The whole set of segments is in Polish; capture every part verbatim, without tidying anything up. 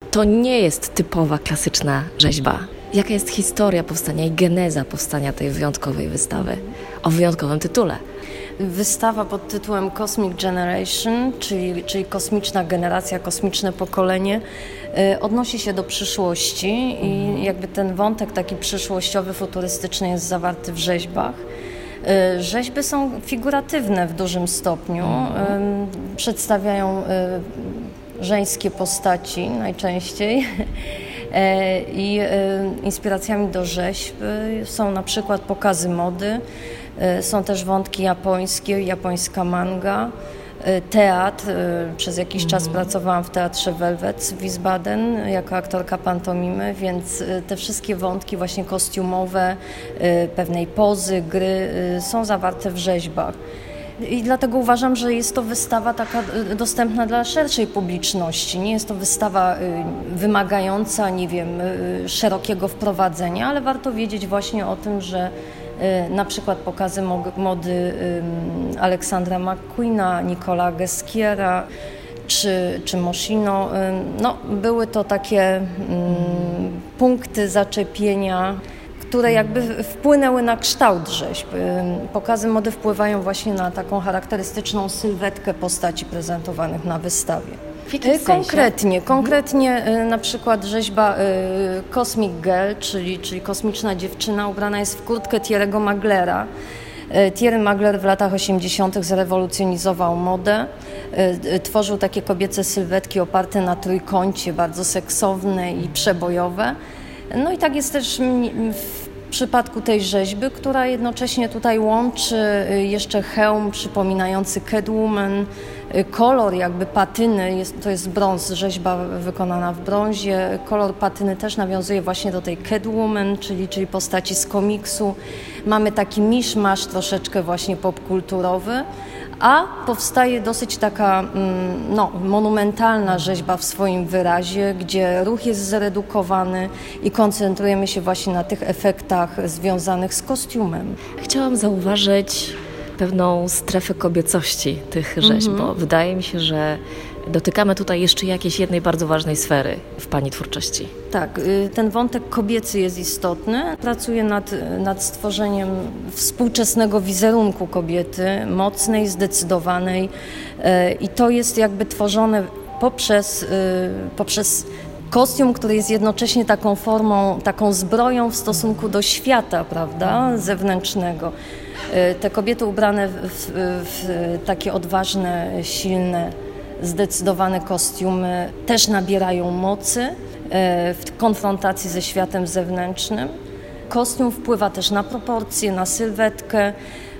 to nie jest typowa, klasyczna rzeźba. Jaka jest historia powstania i geneza powstania tej wyjątkowej wystawy o wyjątkowym tytule? Wystawa pod tytułem Cosmic Generation, czyli, czyli kosmiczna generacja, kosmiczne pokolenie, y, odnosi się do przyszłości i jakby ten wątek taki przyszłościowy, futurystyczny jest zawarty w rzeźbach. Y, rzeźby są figuratywne w dużym stopniu, y, przedstawiają y, żeńskie postaci najczęściej. I inspiracjami do rzeźb są na przykład pokazy mody, są też wątki japońskie, japońska manga, teatr. Przez jakiś czas pracowałam w Teatrze Velvet w Wiesbaden jako aktorka pantomimy, więc te wszystkie wątki właśnie kostiumowe, pewnej pozy, gry są zawarte w rzeźbach. I dlatego uważam, że jest to wystawa taka dostępna dla szerszej publiczności. Nie jest to wystawa wymagająca, nie wiem, szerokiego wprowadzenia, ale warto wiedzieć właśnie o tym, że na przykład pokazy mody Aleksandra McQueena, Nicola Ghesquiera czy, czy Moschino, no, były to takie mm, punkty zaczepienia, które jakby wpłynęły na kształt rzeźb. Pokazy mody wpływają właśnie na taką charakterystyczną sylwetkę postaci prezentowanych na wystawie. W jakim sensie? Konkretnie, konkretnie na przykład rzeźba Cosmic Girl, czyli, czyli kosmiczna dziewczyna, ubrana jest w kurtkę Thierry'ego Maglera. Thierry Magler w latach osiemdziesiątych zrewolucjonizował modę. Tworzył takie kobiece sylwetki oparte na trójkącie, bardzo seksowne i przebojowe. No i tak jest też w przypadku tej rzeźby, która jednocześnie tutaj łączy jeszcze hełm przypominający Catwoman, kolor jakby patyny, jest, to jest brąz, rzeźba wykonana w brązie, kolor patyny też nawiązuje właśnie do tej Catwoman, czyli, czyli postaci z komiksu. Mamy taki miszmasz troszeczkę właśnie popkulturowy, a powstaje dosyć taka no, monumentalna rzeźba w swoim wyrazie, gdzie ruch jest zredukowany i koncentrujemy się właśnie na tych efektach związanych z kostiumem. Chciałam zauważyć pewną strefę kobiecości tych rzeźb, mm-hmm. bo wydaje mi się, że dotykamy tutaj jeszcze jakiejś jednej bardzo ważnej sfery w Pani twórczości. Tak, ten wątek kobiecy jest istotny. Pracuję nad, nad stworzeniem współczesnego wizerunku kobiety, mocnej, zdecydowanej i to jest jakby tworzone poprzez, poprzez kostium, który jest jednocześnie taką formą, taką zbroją w stosunku do świata, prawda, zewnętrznego. Te kobiety ubrane w, w, w takie odważne, silne, zdecydowane kostiumy też nabierają mocy w konfrontacji ze światem zewnętrznym. Kostium wpływa też na proporcje, na sylwetkę.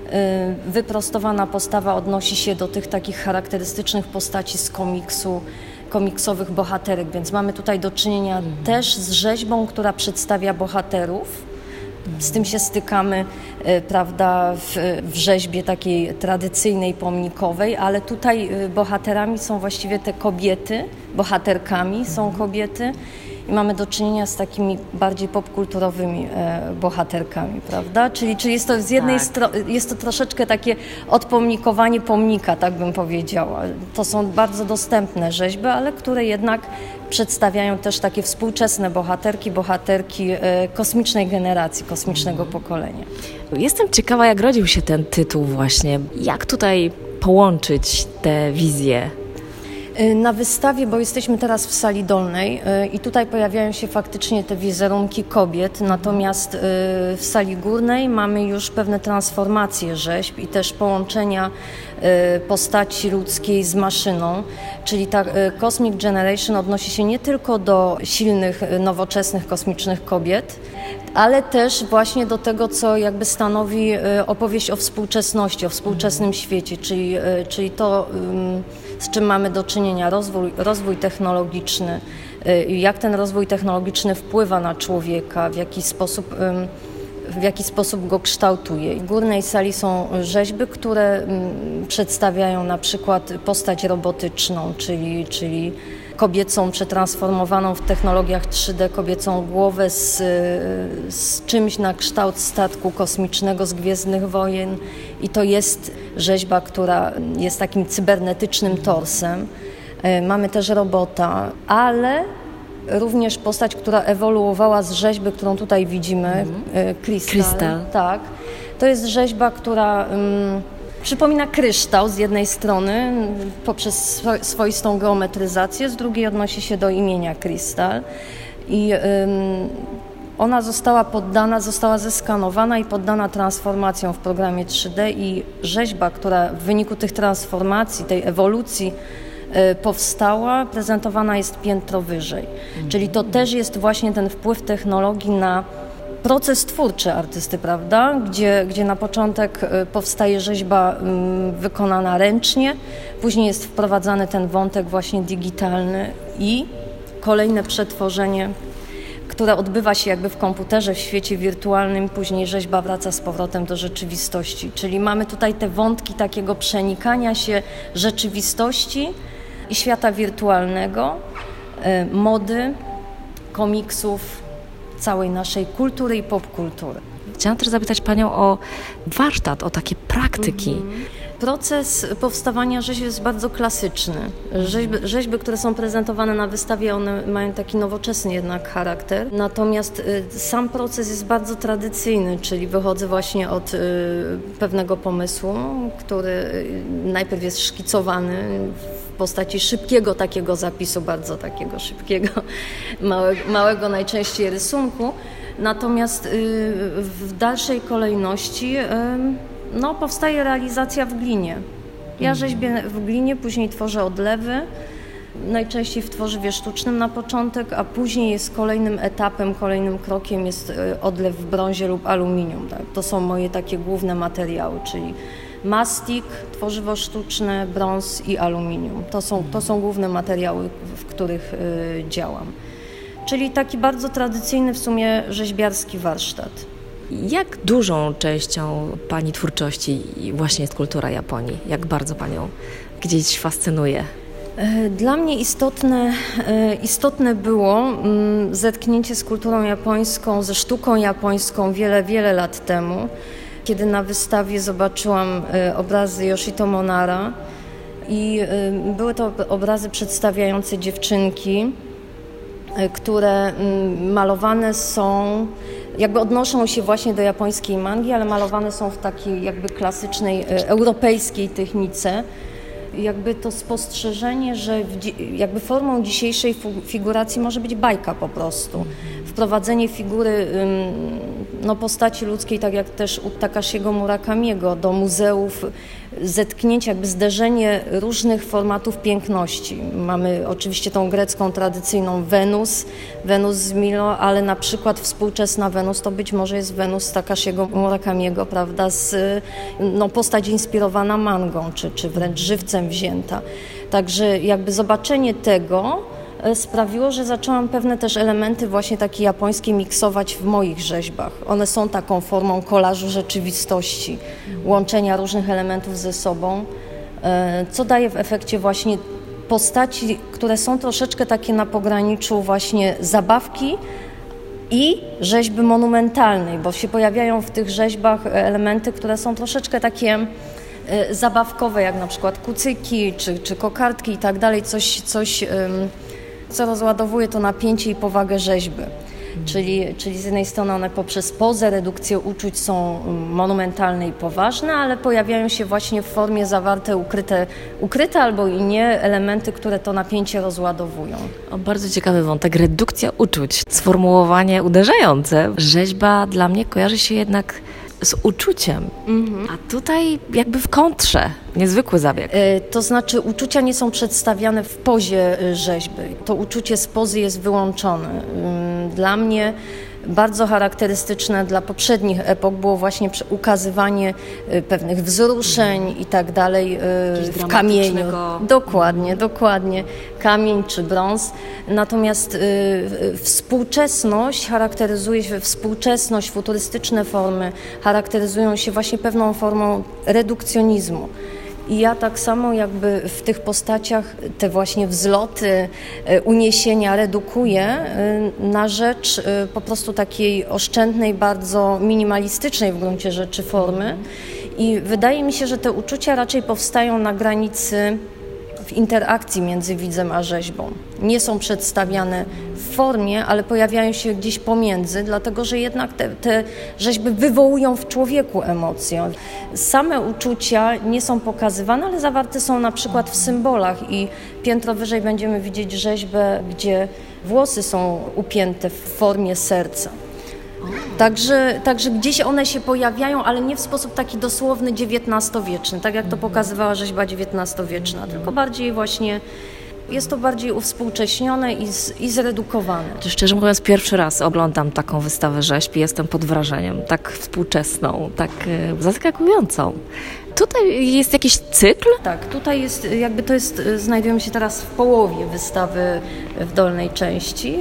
Wyprostowana postawa odnosi się do tych takich charakterystycznych postaci z komiksu, komiksowych bohaterek, więc mamy tutaj do czynienia mhm. też z rzeźbą, która przedstawia bohaterów. Z tym się stykamy, prawda, w, w rzeźbie takiej tradycyjnej, pomnikowej, ale tutaj bohaterami są właściwie te kobiety, bohaterkami są kobiety i mamy do czynienia z takimi bardziej popkulturowymi e, bohaterkami, prawda? Czyli, czyli jest to z jednej tak. strony, jest to troszeczkę takie odpomnikowanie pomnika, tak bym powiedziała. To są bardzo dostępne rzeźby, ale które jednak przedstawiają też takie współczesne bohaterki, bohaterki e, kosmicznej generacji, kosmicznego pokolenia. Jestem ciekawa, jak rodził się ten tytuł właśnie. Jak tutaj połączyć te wizje? Na wystawie, bo jesteśmy teraz w sali dolnej i tutaj pojawiają się faktycznie te wizerunki kobiet, natomiast w sali górnej mamy już pewne transformacje rzeźb i też połączenia postaci ludzkiej z maszyną, czyli ta Cosmic Generation odnosi się nie tylko do silnych, nowoczesnych, kosmicznych kobiet, ale też właśnie do tego, co jakby stanowi opowieść o współczesności, o współczesnym świecie, czyli, czyli to, z czym mamy do czynienia, rozwój, rozwój technologiczny, jak ten rozwój technologiczny wpływa na człowieka, w jaki sposób, w jaki sposób go kształtuje. W górnej sali są rzeźby, które przedstawiają na przykład postać robotyczną, czyli, czyli kobiecą przetransformowaną w technologiach trzy D, kobiecą głowę z, z czymś na kształt statku kosmicznego z Gwiezdnych Wojen i to jest rzeźba, która jest takim cybernetycznym torsem. Mamy też robota, ale również postać, która ewoluowała z rzeźby, którą tutaj widzimy, krystal. Krystal. Tak. To jest rzeźba, która um, przypomina kryształ z jednej strony poprzez swoistą geometryzację, z drugiej odnosi się do imienia krystal. I um, ona została poddana, została zeskanowana i poddana transformacjom w programie trzy D i rzeźba, która w wyniku tych transformacji, tej ewolucji powstała, prezentowana jest piętro wyżej. Mhm. Czyli to też jest właśnie ten wpływ technologii na proces twórczy artysty, prawda? Gdzie, gdzie na początek powstaje rzeźba wykonana ręcznie, później jest wprowadzany ten wątek właśnie digitalny i kolejne przetworzenie, które odbywa się jakby w komputerze, w świecie wirtualnym, później rzeźba wraca z powrotem do rzeczywistości. Czyli mamy tutaj te wątki takiego przenikania się rzeczywistości i świata wirtualnego, mody, komiksów, całej naszej kultury i popkultury. Chciałam też zapytać Panią o warsztat, o takie praktyki. Mhm. Proces powstawania rzeźb jest bardzo klasyczny. Rzeźby, rzeźby, które są prezentowane na wystawie, one mają taki nowoczesny jednak charakter. Natomiast y, sam proces jest bardzo tradycyjny, czyli wychodzę właśnie od y, pewnego pomysłu, który y, najpierw jest szkicowany w postaci szybkiego takiego zapisu, bardzo takiego szybkiego, małego, małego najczęściej rysunku. Natomiast y, w dalszej kolejności y, no, powstaje realizacja w glinie. Ja rzeźbię w glinie, później tworzę odlewy, najczęściej w tworzywie sztucznym na początek, a później jest kolejnym etapem, kolejnym krokiem jest odlew w brązie lub aluminium. Tak? To są moje takie główne materiały, czyli mastik, tworzywo sztuczne, brąz i aluminium. To są, to są główne materiały, w których y, działam. Czyli taki bardzo tradycyjny w sumie rzeźbiarski warsztat. Jak dużą częścią Pani twórczości właśnie jest kultura Japonii? Jak bardzo Panią gdzieś fascynuje? Dla mnie istotne, istotne było zetknięcie z kulturą japońską, ze sztuką japońską wiele, wiele lat temu, kiedy na wystawie zobaczyłam obrazy Yoshitomo Nara i były to obrazy przedstawiające dziewczynki, które malowane są, jakby odnoszą się właśnie do japońskiej mangi, ale malowane są w takiej jakby klasycznej europejskiej technice. Jakby to spostrzeżenie, że jakby formą dzisiejszej figuracji może być bajka po prostu. Wprowadzenie figury no, postaci ludzkiej, tak jak też u Takashiego Murakamiego, do muzeów, zetknięcie, jakby zderzenie różnych formatów piękności. Mamy oczywiście tą grecką tradycyjną Wenus, Wenus z Milo, ale na przykład współczesna Wenus to być może jest Wenus Takashiego Murakamiego, prawda, z no, postać inspirowana mangą, czy, czy wręcz żywcem wzięta. Także jakby zobaczenie tego sprawiło, że zaczęłam pewne też elementy właśnie takie japońskie miksować w moich rzeźbach. One są taką formą kolażu rzeczywistości, łączenia różnych elementów ze sobą, co daje w efekcie właśnie postaci, które są troszeczkę takie na pograniczu właśnie zabawki i rzeźby monumentalnej, bo się pojawiają w tych rzeźbach elementy, które są troszeczkę takie zabawkowe, jak na przykład kucyki czy, czy kokardki i tak dalej, coś, coś co rozładowuje to napięcie i powagę rzeźby. Hmm. Czyli, czyli z jednej strony one poprzez pozę, redukcję uczuć są monumentalne i poważne, ale pojawiają się właśnie w formie zawarte, ukryte, ukryte albo i nie elementy, które to napięcie rozładowują. O, bardzo ciekawy wątek, redukcja uczuć, sformułowanie uderzające. Rzeźba dla mnie kojarzy się jednak z uczuciem, mm-hmm. a tutaj jakby w kontrze, niezwykły zabieg. E, to znaczy uczucia nie są przedstawiane w pozie rzeźby. To uczucie z pozy jest wyłączone. Dla mnie bardzo charakterystyczne dla poprzednich epok było właśnie ukazywanie pewnych wzruszeń mm. i tak dalej w kamieniu. Dokładnie, dokładnie. Kamień czy brąz. Natomiast y, współczesność charakteryzuje się, współczesność, futurystyczne formy charakteryzują się właśnie pewną formą redukcjonizmu. I ja tak samo jakby w tych postaciach te właśnie wzloty, uniesienia redukuję na rzecz po prostu takiej oszczędnej, bardzo minimalistycznej w gruncie rzeczy formy. I wydaje mi się, że te uczucia raczej powstają na granicy w interakcji między widzem a rzeźbą. Nie są przedstawiane w formie, ale pojawiają się gdzieś pomiędzy, dlatego że jednak te, te rzeźby wywołują w człowieku emocje. Same uczucia nie są pokazywane, ale zawarte są na przykład w symbolach i piętro wyżej będziemy widzieć rzeźbę, gdzie włosy są upięte w formie serca. Także, także gdzieś one się pojawiają, ale nie w sposób taki dosłowny dziewiętnastowieczny, tak jak to pokazywała rzeźba dziewiętnastowieczna, tylko bardziej właśnie, jest to bardziej uwspółcześnione i, z, i zredukowane. Szczerze mówiąc, pierwszy raz oglądam taką wystawę rzeźb i jestem pod wrażeniem, tak współczesną, tak e, zaskakującą. Tutaj jest jakiś cykl? Tak, tutaj jest, jakby to jest, znajdujemy się teraz w połowie wystawy w dolnej części.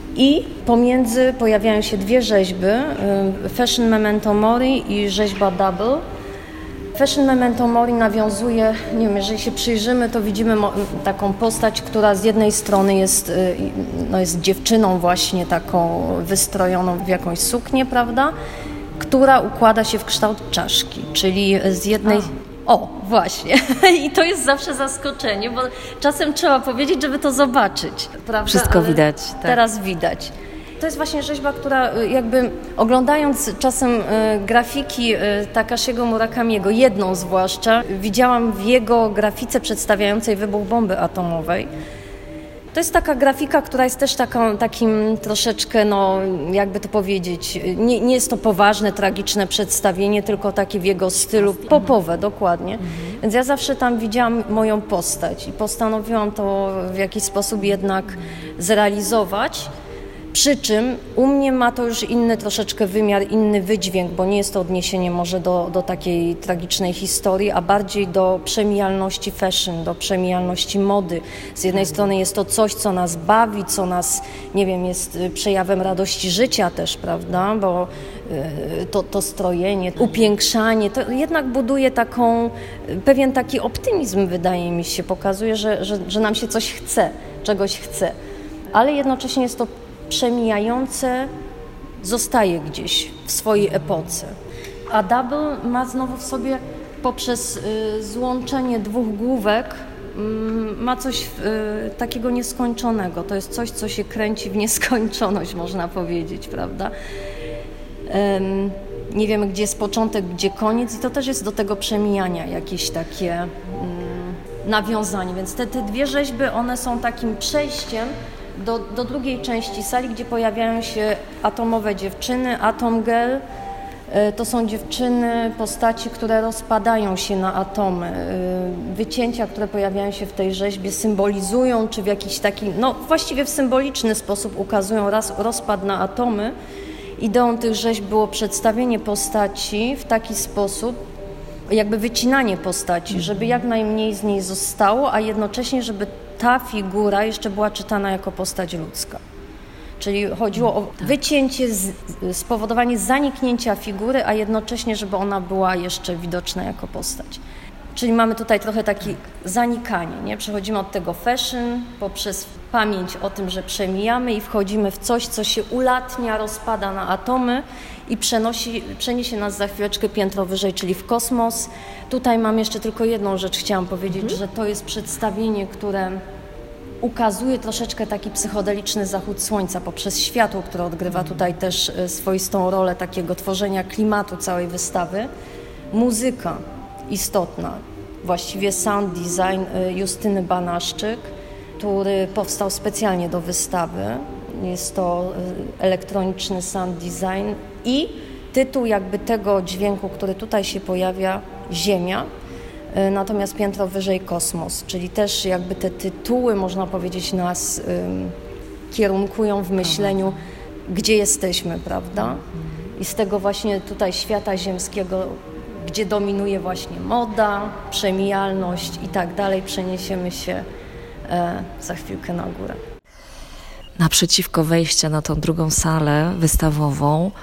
I pomiędzy pojawiają się dwie rzeźby, Fashion Memento Mori i rzeźba Double. Fashion Memento Mori nawiązuje, nie wiem, jeżeli się przyjrzymy, to widzimy taką postać, która z jednej strony jest, no jest dziewczyną właśnie taką wystrojoną w jakąś suknię, prawda, która układa się w kształt czaszki, czyli z jednej... A. O, właśnie. I to jest zawsze zaskoczenie, bo czasem trzeba powiedzieć, żeby to zobaczyć. Prawda? Wszystko Ale widać. Tak. Teraz widać. To jest właśnie rzeźba, która jakby oglądając czasem grafiki Takashiego Murakamiego, jedną zwłaszcza, widziałam w jego grafice przedstawiającej wybuch bomby atomowej. To jest taka grafika, która jest też taką, takim troszeczkę, no jakby to powiedzieć, nie, nie jest to poważne, tragiczne przedstawienie, tylko takie w jego stylu popowe, dokładnie. Mhm. Więc ja zawsze tam widziałam moją postać i postanowiłam to w jakiś sposób jednak zrealizować. Przy czym u mnie ma to już inny troszeczkę wymiar, inny wydźwięk, bo nie jest to odniesienie może do, do takiej tragicznej historii, a bardziej do przemijalności fashion, do przemijalności mody. Z jednej strony jest to coś, co nas bawi, co nas, nie wiem, jest przejawem radości życia też, prawda, bo to, to strojenie, upiększanie, to jednak buduje taką, pewien taki optymizm, wydaje mi się, pokazuje, że, że, że nam się coś chce, czegoś chce, ale jednocześnie jest to przemijające, zostaje gdzieś w swojej epoce. A Double ma znowu w sobie poprzez y, złączenie dwóch główek y, ma coś y, takiego nieskończonego. To jest coś, co się kręci w nieskończoność, można powiedzieć, prawda? Ym, nie wiemy, gdzie jest początek, gdzie koniec i to też jest do tego przemijania jakieś takie y, nawiązanie. Więc te, te dwie rzeźby, one są takim przejściem Do, do drugiej części sali, gdzie pojawiają się atomowe dziewczyny, Atom Girl. To są dziewczyny, postaci, które rozpadają się na atomy. Wycięcia, które pojawiają się w tej rzeźbie, symbolizują, czy w jakiś taki, no właściwie w symboliczny sposób ukazują raz, rozpad na atomy. Ideą tych rzeźb było przedstawienie postaci w taki sposób, jakby wycinanie postaci, żeby jak najmniej z niej zostało, a jednocześnie, żeby ta figura jeszcze była czytana jako postać ludzka. Czyli chodziło o wycięcie, spowodowanie zaniknięcia figury, a jednocześnie, żeby ona była jeszcze widoczna jako postać. Czyli mamy tutaj trochę takie zanikanie, nie? Przechodzimy od tego fashion poprzez pamięć o tym, że przemijamy i wchodzimy w coś, co się ulatnia, rozpada na atomy i przenosi, przeniesie nas za chwileczkę piętro wyżej, czyli w kosmos. Tutaj mam jeszcze tylko jedną rzecz, chciałam powiedzieć, mhm. że to jest przedstawienie, które ukazuje troszeczkę taki psychodeliczny zachód słońca poprzez światło, które odgrywa tutaj też swoistą rolę takiego tworzenia klimatu całej wystawy. Muzyka istotna, właściwie sound design Justyny Banaszczyk, który powstał specjalnie do wystawy. Jest to elektroniczny sound design i tytuł jakby tego dźwięku, który tutaj się pojawia, Ziemia, natomiast piętro wyżej kosmos, czyli też jakby te tytuły, można powiedzieć, nas um, kierunkują w myśleniu, gdzie jesteśmy, prawda? I z tego właśnie tutaj świata ziemskiego, gdzie dominuje właśnie moda, przemijalność i tak dalej, przeniesiemy się e, za chwilkę na górę. Naprzeciwko wejścia na tą drugą salę wystawową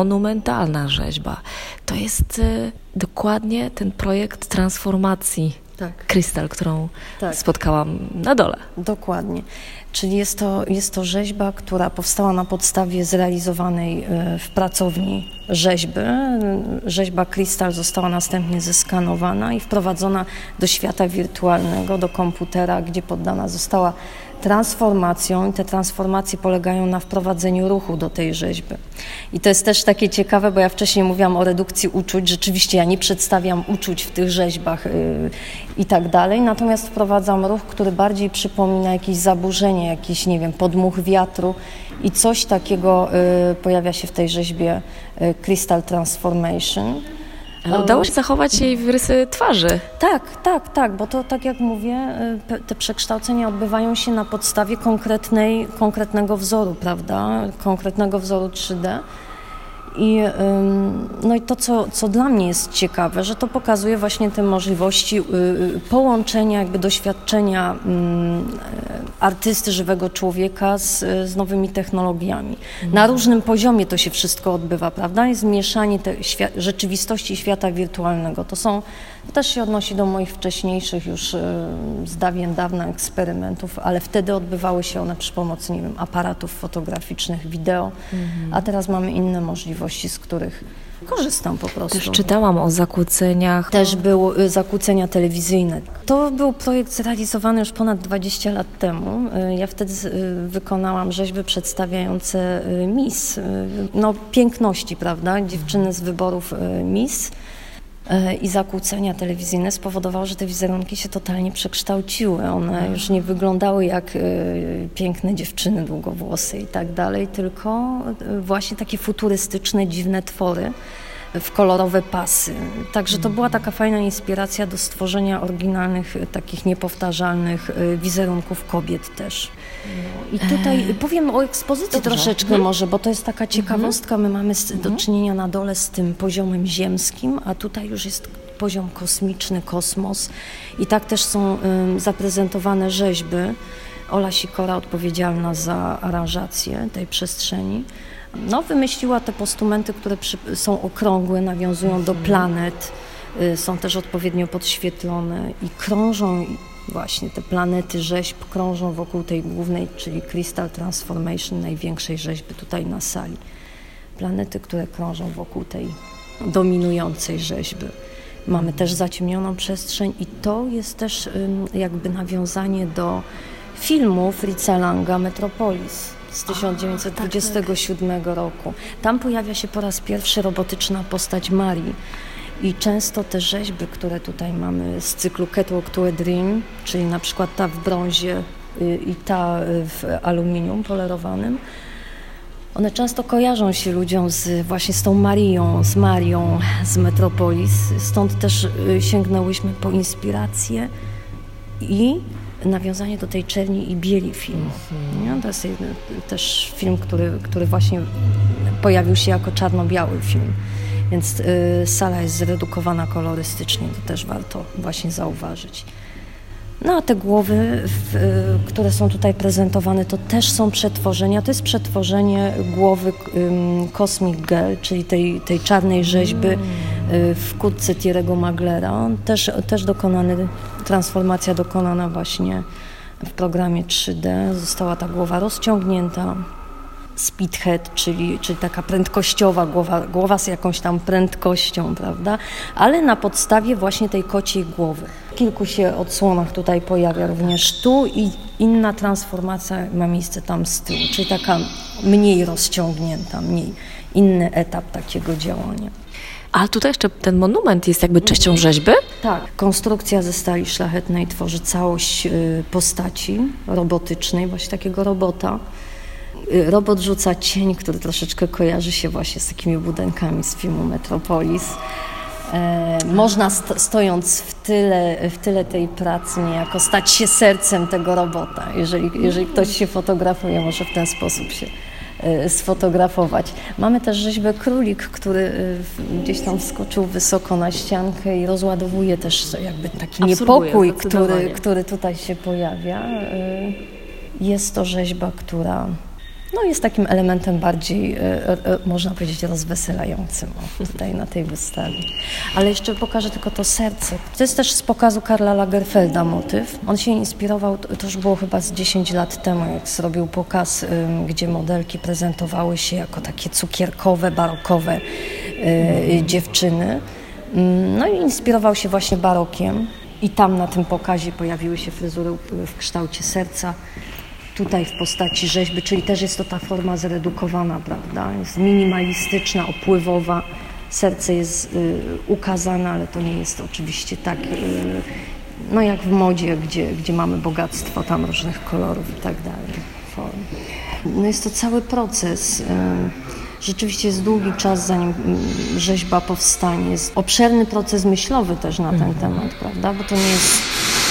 monumentalna rzeźba. To jest y, dokładnie ten projekt transformacji tak. Krystal, którą tak. spotkałam na dole. Dokładnie. Czyli jest to, jest to rzeźba, która powstała na podstawie zrealizowanej w pracowni rzeźby. Rzeźba Krystal została następnie zeskanowana i wprowadzona do świata wirtualnego, do komputera, gdzie poddana została transformacją i te transformacje polegają na wprowadzeniu ruchu do tej rzeźby. I to jest też takie ciekawe, bo ja wcześniej mówiłam o redukcji uczuć. Rzeczywiście ja nie przedstawiam uczuć w tych rzeźbach yy, i tak dalej, natomiast wprowadzam ruch, który bardziej przypomina jakieś zaburzenie, jakiś, nie wiem, podmuch wiatru i coś takiego yy, pojawia się w tej rzeźbie yy, Crystal Transformation. Ale udało się zachować jej rysy twarzy. Tak, tak, tak, bo to tak jak mówię, te przekształcenia odbywają się na podstawie konkretnej, konkretnego wzoru, prawda, konkretnego wzoru trzy D. I, no i to, co, co dla mnie jest ciekawe, że to pokazuje właśnie te możliwości połączenia jakby doświadczenia artysty, żywego człowieka z, z nowymi technologiami. Mhm. Na różnym poziomie to się wszystko odbywa, prawda? Jest mieszanie te świa- rzeczywistości i świata wirtualnego. To są, to też się odnosi do moich wcześniejszych już z dawien dawna eksperymentów, ale wtedy odbywały się one przy pomocy, nie wiem, aparatów fotograficznych, wideo, mhm. a teraz mamy inne możliwości, z których korzystam po prostu. Też czytałam o zakłóceniach. Też były zakłócenia telewizyjne. To był projekt zrealizowany już ponad dwadzieścia lat temu. Ja wtedy wykonałam rzeźby przedstawiające Miss, no piękności, prawda, dziewczyny z wyborów Miss. I zakłócenia telewizyjne spowodowało, że te wizerunki się totalnie przekształciły. One już nie wyglądały jak y, piękne dziewczyny długowłose i tak dalej, tylko y, właśnie takie futurystyczne, dziwne twory w kolorowe pasy. Także to była taka fajna inspiracja do stworzenia oryginalnych, takich niepowtarzalnych y, wizerunków kobiet też. I tutaj powiem o ekspozycji Dobrze. troszeczkę mhm. może, bo to jest taka ciekawostka. My mamy z, do czynienia na dole z tym poziomem ziemskim, a tutaj już jest poziom kosmiczny, kosmos. I tak też są um, zaprezentowane rzeźby. Ola Sikora, odpowiedzialna za aranżację tej przestrzeni, no, wymyśliła te postumenty, które przy, są okrągłe, nawiązują mhm. do planet, y, są też odpowiednio podświetlone i krążą. Właśnie te planety rzeźb krążą wokół tej głównej, czyli Crystal Transformation, największej rzeźby tutaj na sali. Planety, które krążą wokół tej dominującej rzeźby. Mamy też zaciemnioną przestrzeń i to jest też um, jakby nawiązanie do filmu Fritza Langa Metropolis z tysiąc dziewięćset dwudziestego siódmego roku. Tam pojawia się po raz pierwszy robotyczna postać Marii. I często te rzeźby, które tutaj mamy z cyklu Catwalk to a Dream, czyli na przykład ta w brązie i ta w aluminium polerowanym, one często kojarzą się ludziom z, właśnie z tą Marią, z Marią z Metropolis. Stąd też sięgnęłyśmy po inspirację i nawiązanie do tej czerni i bieli filmu. Mm-hmm. To jest też film, który, który właśnie pojawił się jako czarno-biały film. Więc y, sala jest zredukowana kolorystycznie, to też warto właśnie zauważyć. No a te głowy, w, y, które są tutaj prezentowane, to też są przetworzenia. To jest przetworzenie głowy y, Cosmic Girl, czyli tej, tej czarnej rzeźby y, w kurtce Thierry'ego Maglera. Też, też dokonany, transformacja dokonana właśnie w programie trzy D. Została ta głowa rozciągnięta. Speedhead, czyli, czyli taka prędkościowa głowa, głowa z jakąś tam prędkością, prawda? Ale na podstawie właśnie tej kociej głowy. W kilku się odsłonach tutaj pojawia również tu i inna transformacja ma miejsce tam z tyłu, czyli taka mniej rozciągnięta, mniej inny etap takiego działania. A tutaj jeszcze ten monument jest jakby częścią rzeźby? Tak. Konstrukcja ze stali szlachetnej tworzy całość postaci robotycznej, właśnie takiego robota. Robot rzuca cień, który troszeczkę kojarzy się właśnie z takimi budynkami z filmu Metropolis. E, można sto, stojąc w tyle, w tyle tej pracy niejako stać się sercem tego robota. Jeżeli, jeżeli ktoś się fotografuje, może w ten sposób się e, sfotografować. Mamy też rzeźbę Królik, który e, gdzieś tam wskoczył wysoko na ściankę i rozładowuje też jakby taki niepokój, który, który tutaj się pojawia. E, jest to rzeźba, która no jest takim elementem bardziej, e, e, można powiedzieć, rozweselającym o, tutaj na tej wystawie. Ale jeszcze pokażę tylko to serce. To jest też z pokazu Karla Lagerfelda motyw. On się inspirował, to już było chyba z dziesięć lat temu, jak zrobił pokaz, y, gdzie modelki prezentowały się jako takie cukierkowe, barokowe y, dziewczyny. No i inspirował się właśnie barokiem i tam na tym pokazie pojawiły się fryzury w kształcie serca, tutaj w postaci rzeźby, czyli też jest to ta forma zredukowana, prawda, jest minimalistyczna, opływowa, serce jest y, ukazane, ale to nie jest oczywiście tak, y, no jak w modzie, gdzie, gdzie mamy bogactwo tam różnych kolorów i tak dalej, form. No jest to cały proces. Y, Rzeczywiście jest długi czas, zanim rzeźba powstanie. Jest obszerny proces myślowy też na ten temat, prawda? Bo to nie jest...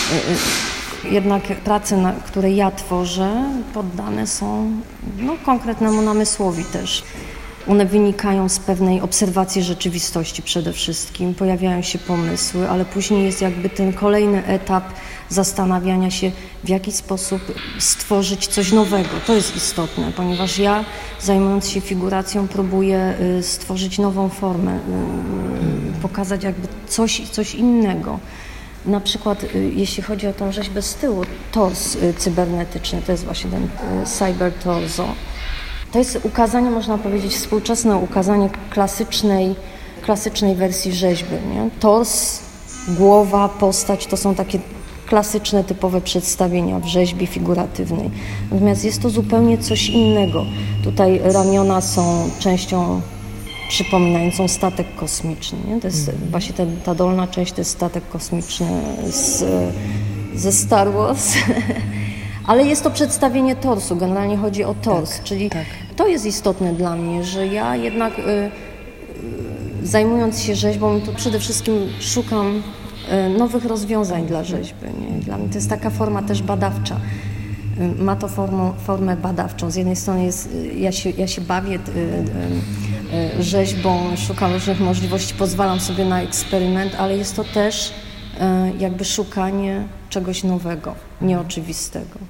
Jednak prace, na, które ja tworzę, poddane są no, konkretnemu namysłowi też. One wynikają z pewnej obserwacji rzeczywistości przede wszystkim, pojawiają się pomysły, ale później jest jakby ten kolejny etap zastanawiania się, w jaki sposób stworzyć coś nowego. To jest istotne, ponieważ ja, zajmując się figuracją, próbuję stworzyć nową formę, pokazać jakby coś, coś innego. Na przykład jeśli chodzi o tą rzeźbę z tyłu, tors cybernetyczny, to jest właśnie ten cyber torso. To jest ukazanie, można powiedzieć, współczesne ukazanie klasycznej, klasycznej wersji rzeźby. Nie? Tors, głowa, postać to są takie klasyczne, typowe przedstawienia w rzeźbie figuratywnej. Natomiast jest to zupełnie coś innego. Tutaj ramiona są częścią przypominającą statek kosmiczny. Nie? To jest mm. właśnie ta, ta dolna część to jest statek kosmiczny z, ze Star Wars. Ale jest to przedstawienie torsu, generalnie chodzi o tors, tak, czyli tak. To jest istotne dla mnie, że ja jednak y, y, zajmując się rzeźbą, to przede wszystkim szukam y, nowych rozwiązań dla rzeźby. Nie? Dla mnie to jest taka forma też badawcza. Y, ma to formą, formę badawczą. Z jednej strony jest, y, ja, się, ja się bawię y, y, y, rzeźbą, szukam różnych możliwości, pozwalam sobie na eksperyment, ale jest to też y, jakby szukanie czegoś nowego, nieoczywistego.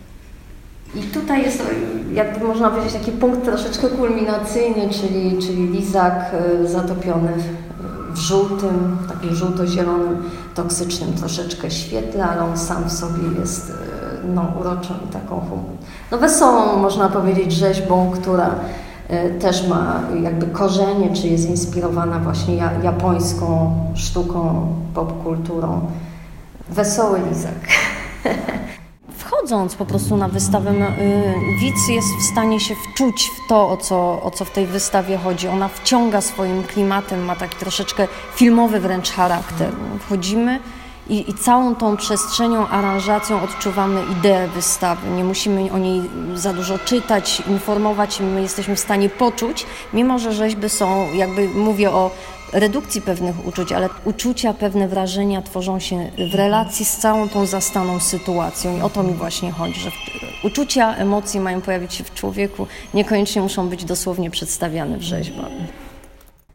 I tutaj jest, jakby można powiedzieć, taki punkt troszeczkę kulminacyjny, czyli, czyli lizak zatopiony w żółtym, takim żółto-zielonym, toksycznym troszeczkę świetle, ale on sam w sobie jest no, uroczą i taką no, wesołą, można powiedzieć, rzeźbą, która też ma jakby korzenie, czy jest inspirowana właśnie japońską sztuką, popkulturą. Wesoły lizak. Wchodząc po prostu na wystawę, widz jest w stanie się wczuć w to, o co, o co w tej wystawie chodzi. Ona wciąga swoim klimatem, ma taki troszeczkę filmowy wręcz charakter. Wchodzimy i, i całą tą przestrzenią, aranżacją odczuwamy ideę wystawy. Nie musimy o niej za dużo czytać, informować, my jesteśmy w stanie poczuć, mimo że rzeźby są, jakby mówię o redukcji pewnych uczuć, ale uczucia, pewne wrażenia tworzą się w relacji z całą tą zastaną sytuacją i o to mi właśnie chodzi, że uczucia, emocje mają pojawić się w człowieku, niekoniecznie muszą być dosłownie przedstawiane w rzeźbach.